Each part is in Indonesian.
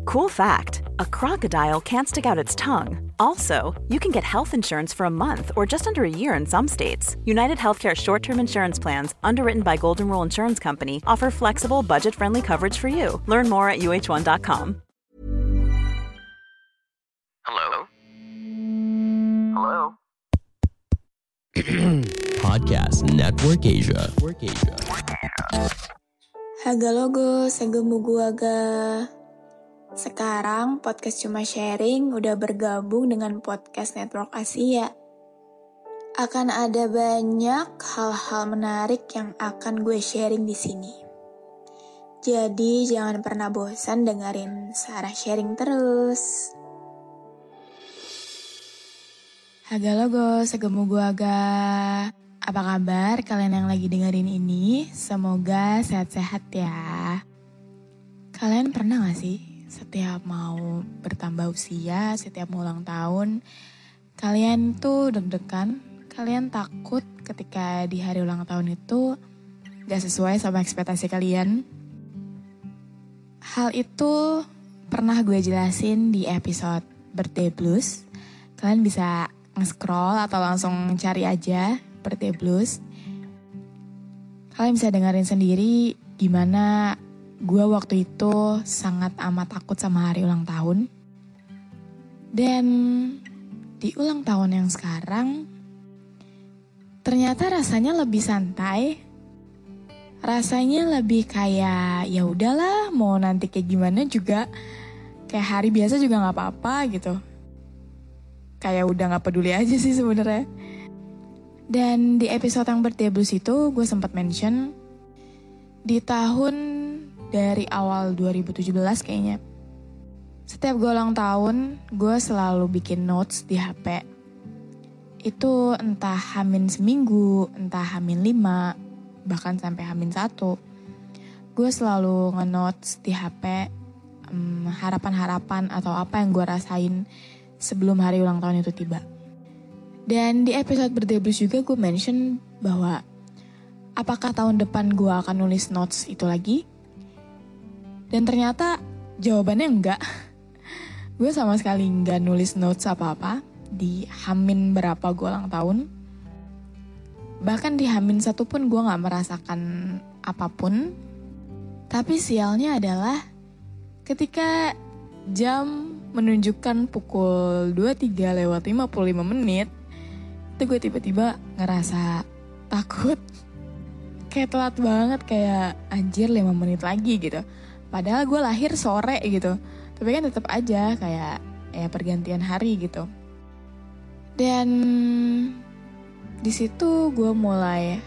Cool fact, a crocodile can't stick out its tongue. Also, you can get health insurance for a month or just under a year in some states. United Healthcare short-term insurance plans, underwritten by Golden Rule Insurance Company, offer flexible, budget-friendly coverage for you. Learn more at uh1.com. Hello? Hello? Podcast Network Asia. Haga logo, segemu guaga. Sekarang podcast Cuma Sharing udah bergabung dengan podcast Network Asia. Akan ada banyak hal-hal menarik yang akan gue sharing di sini. Jadi jangan pernah bosan dengerin Sarah sharing terus. Haga logo, segemu guaga. Apa kabar kalian yang lagi dengerin ini? Semoga sehat-sehat ya. Kalian pernah gak sih setiap mau bertambah usia, setiap mau ulang tahun, kalian tuh deg-degan, kalian takut ketika di hari ulang tahun itu gak sesuai sama ekspektasi kalian? Hal itu pernah gue jelasin di episode Birthday Blues. Kalian bisa nge-scroll atau langsung cari aja Birthday Blues. Kalian bisa dengerin sendiri gimana gue waktu itu sangat amat takut sama hari ulang tahun. Dan di ulang tahun yang sekarang ternyata rasanya lebih santai. Rasanya lebih kayak ya udahlah, mau nanti kayak gimana juga kayak hari biasa juga nggak apa-apa gitu. Kayak udah nggak peduli aja sih sebenarnya. Dan di episode yang Birthday Blues itu gue sempat mention di tahun dari awal 2017 kayaknya. Setiap gue ulang tahun, gue selalu bikin notes di HP. Itu entah hamin seminggu, entah hamin 5, bahkan sampai hamin 1. Gue selalu nge-notes di HP harapan-harapan atau apa yang gue rasain sebelum hari ulang tahun itu tiba. Dan di episode Birthday Blues juga gue mention bahwa apakah tahun depan gue akan nulis notes itu lagi? Dan ternyata jawabannya enggak. Gue sama sekali enggak nulis notes apa-apa di hamin berapa gue ulang tahun. Bahkan di hamin 1 pun gue gak merasakan apapun. Tapi sialnya adalah ketika jam menunjukkan pukul 23:55 itu gue tiba-tiba ngerasa takut. Kayak telat banget, kayak anjir 5 menit lagi gitu. Padahal gue lahir sore gitu. Tapi kan tetap aja kayak ya pergantian hari gitu. Dan di situ gue mulai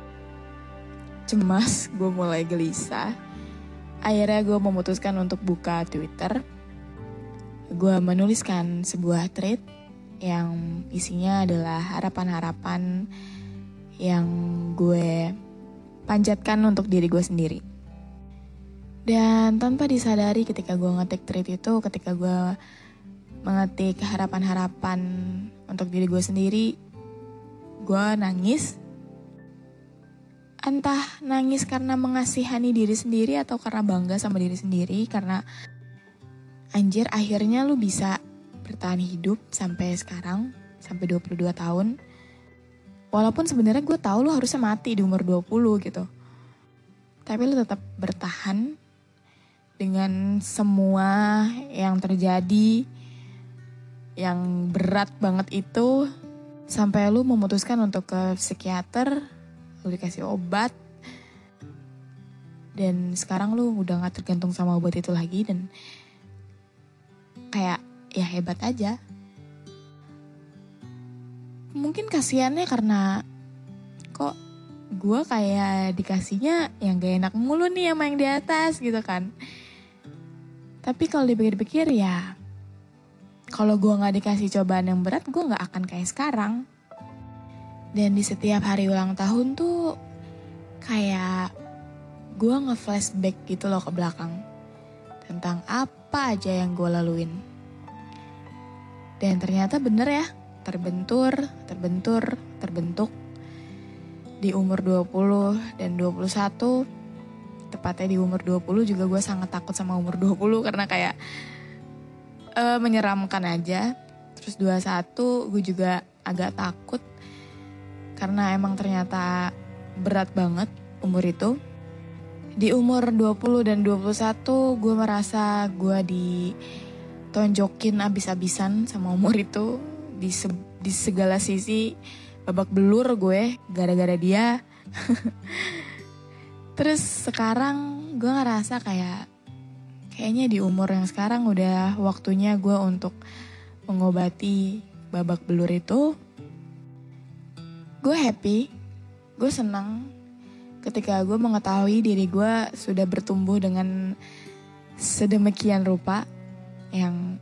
cemas, gue mulai gelisah. Akhirnya gue memutuskan untuk buka Twitter. Gue menuliskan sebuah thread yang isinya adalah harapan-harapan yang gue panjatkan untuk diri gue sendiri. Dan tanpa disadari ketika gue ngetik thread itu, ketika gue mengetik harapan-harapan untuk diri gue sendiri, gue nangis. Entah nangis karena mengasihani diri sendiri atau karena bangga sama diri sendiri. Karena anjir akhirnya lu bisa bertahan hidup sampai sekarang, sampai 22 tahun. Walaupun sebenarnya gue tahu lu harusnya mati di umur 20 gitu. Tapi lu tetap bertahan dengan semua yang terjadi, yang berat banget itu, sampai lu memutuskan untuk ke psikiater, lu dikasih obat, dan sekarang lu udah gak tergantung sama obat itu lagi, dan kayak ya hebat aja. Mungkin kasiannya karena kok gue kayak dikasihnya yang gak enak mulu nih sama yang di atas gitu kan. Tapi kalau dipikir-pikir ya, kalau gue gak dikasih cobaan yang berat, gue gak akan kayak sekarang. Dan di setiap hari ulang tahun tuh kayak gue nge-flashback gitu loh ke belakang. Tentang apa aja yang gue laluin. Dan ternyata bener ya, terbentuk. Di umur 20 dan 21, tepatnya di umur 20 juga gue sangat takut sama umur 20 karena kayak menyeramkan aja. Terus 21 gue juga agak takut karena emang ternyata berat banget umur itu. Di umur 20 dan 21 gue merasa gue ditonjokin abis-abisan sama umur itu. Di segala sisi babak belur gue gara-gara dia. Terus sekarang gue ngerasa kayaknya di umur yang sekarang udah waktunya gue untuk mengobati babak belur itu. Gue happy, gue senang ketika gue mengetahui diri gue sudah bertumbuh dengan sedemikian rupa yang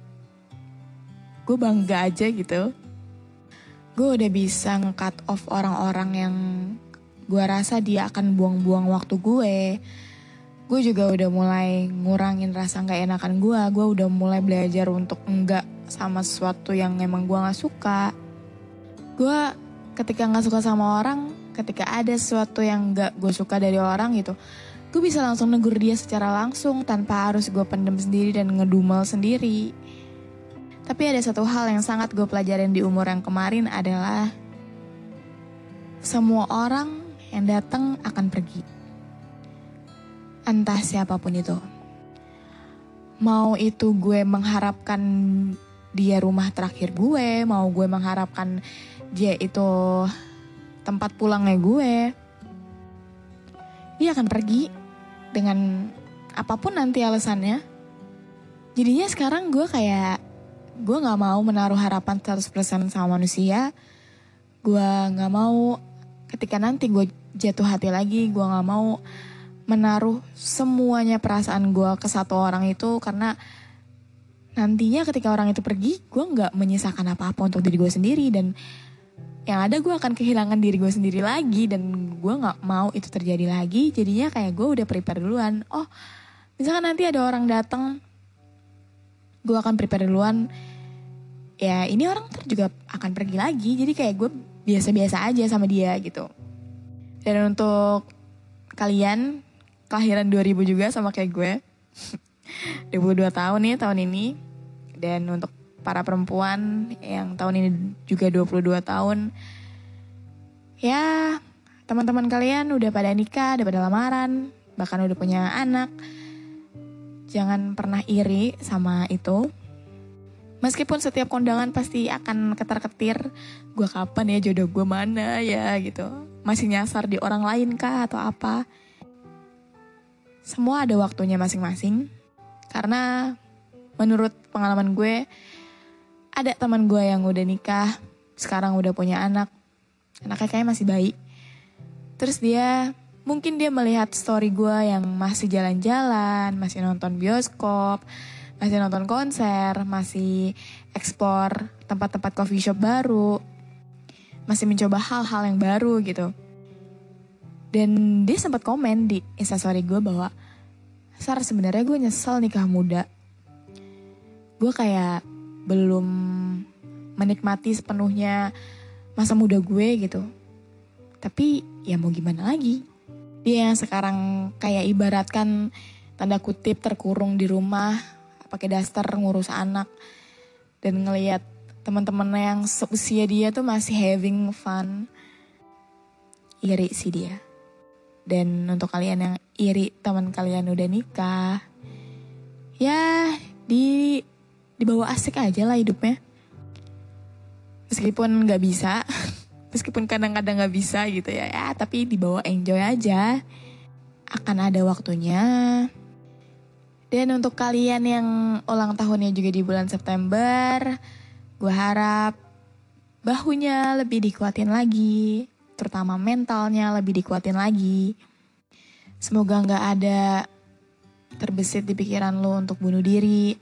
gue bangga aja gitu. Gue udah bisa nge-cut off orang-orang yang gue rasa dia akan buang-buang waktu gue. Gue juga udah mulai ngurangin rasa gak enakan gue. Gue udah mulai belajar untuk enggak sama sesuatu yang emang gue gak suka. Gue ketika gak suka sama orang, ketika ada sesuatu yang gak gue suka dari orang gitu, gue bisa langsung negur dia secara langsung tanpa harus gue pendem sendiri dan ngedumel sendiri. Tapi ada satu hal yang sangat gue pelajarin di umur yang kemarin adalah semua orang yang datang akan pergi. Entah siapapun itu. Mau itu gue mengharapkan dia rumah terakhir gue, mau gue mengharapkan dia itu tempat pulangnya gue, dia akan pergi dengan apapun nanti alasannya. Jadinya sekarang gue gak mau menaruh harapan 100% sama manusia. Gue gak mau ketika nanti gue jatuh hati lagi, gue gak mau menaruh semuanya perasaan gue ke satu orang itu, karena nantinya ketika orang itu pergi, gue gak menyisakan apa-apa untuk diri gue sendiri, dan yang ada gue akan kehilangan diri gue sendiri lagi, dan gue gak mau itu terjadi lagi. Jadinya kayak gue udah prepare duluan. Oh, misalkan nanti ada orang datang, gue akan prepare duluan. Ya ini orang ntar juga akan pergi lagi, jadi kayak gue biasa-biasa aja sama dia gitu. Dan untuk kalian kelahiran 2000 juga sama kayak gue, 22 tahun nih tahun ini. Dan untuk para perempuan yang tahun ini juga 22 tahun, ya teman-teman kalian udah pada nikah, udah pada lamaran, bahkan udah punya anak. Jangan pernah iri sama itu. Meskipun setiap kondangan pasti akan ketar-ketir, gue kapan ya, jodoh gue mana ya gitu. Masih nyasar di orang lain kah atau apa. Semua ada waktunya masing-masing. Karena menurut pengalaman gue, ada teman gue yang udah nikah, sekarang udah punya anak. Anaknya kayaknya masih bayi. Terus mungkin dia melihat story gue yang masih jalan-jalan, masih nonton bioskop, masih nonton konser, masih eksplor tempat-tempat coffee shop baru, masih mencoba hal-hal yang baru gitu. Dan dia sempat komen di instastory gue bahwa, Sar, sebenarnya gue nyesel nikah muda. Gue kayak belum menikmati sepenuhnya masa muda gue gitu. Tapi ya mau gimana lagi. Dia yang sekarang kayak ibaratkan tanda kutip terkurung di rumah, pakai daster ngurus anak, dan ngelihat teman-temannya yang seusia dia tuh masih having fun. Iri sih dia. Dan untuk kalian yang iri teman kalian udah nikah, ya dibawa asik aja lah hidupnya. Meskipun gak bisa, meskipun kadang-kadang gak bisa gitu ya, tapi dibawa enjoy aja. Akan ada waktunya. Dan untuk kalian yang ulang tahunnya juga di bulan September, gue harap bahunya lebih dikuatin lagi, terutama mentalnya lebih dikuatin lagi. Semoga gak ada terbesit di pikiran lo untuk bunuh diri.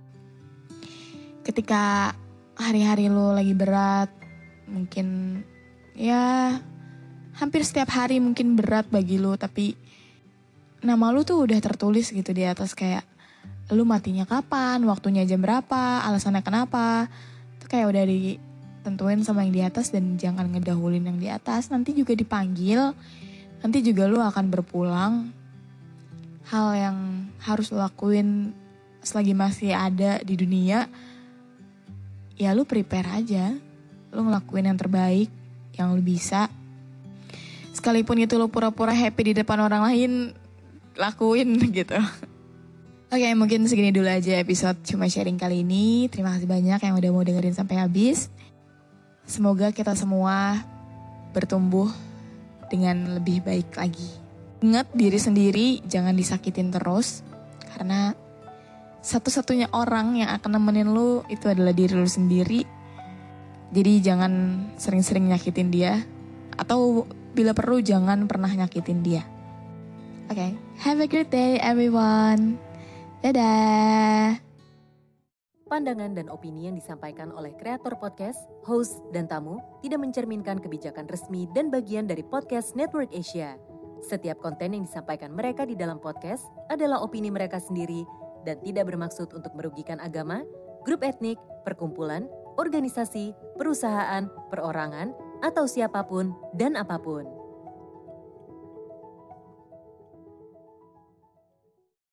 Ketika hari-hari lo lagi berat, mungkin ya hampir setiap hari mungkin berat bagi lo, tapi nama lu tuh udah tertulis gitu di atas, kayak lu matinya kapan, waktunya jam berapa, alasannya kenapa. Itu kayak udah ditentuin sama yang di atas, dan jangan ngedahulin yang di atas. Nanti juga dipanggil, nanti juga lu akan berpulang. Hal yang harus lu lakuin selagi masih ada di dunia, ya lu prepare aja. Lu ngelakuin yang terbaik, yang lu bisa. Sekalipun itu lu pura-pura happy di depan orang lain, lakuin gitu. Oke, mungkin segini dulu aja episode Cuma Sharing kali ini. Terima kasih banyak yang udah mau dengerin sampai habis. Semoga kita semua bertumbuh dengan lebih baik lagi. Ingat diri sendiri, jangan disakitin terus. Karena satu-satunya orang yang akan nemenin lu itu adalah diri lu sendiri. Jadi jangan sering-sering nyakitin dia. Atau bila perlu jangan pernah nyakitin dia. Oke, have a great day everyone. Dadah. Pandangan dan opini yang disampaikan oleh kreator podcast, host, dan tamu tidak mencerminkan kebijakan resmi dan bagian dari podcast Network Asia. Setiap konten yang disampaikan mereka di dalam podcast adalah opini mereka sendiri dan tidak bermaksud untuk merugikan agama, grup etnik, perkumpulan, organisasi, perusahaan, perorangan, atau siapapun dan apapun.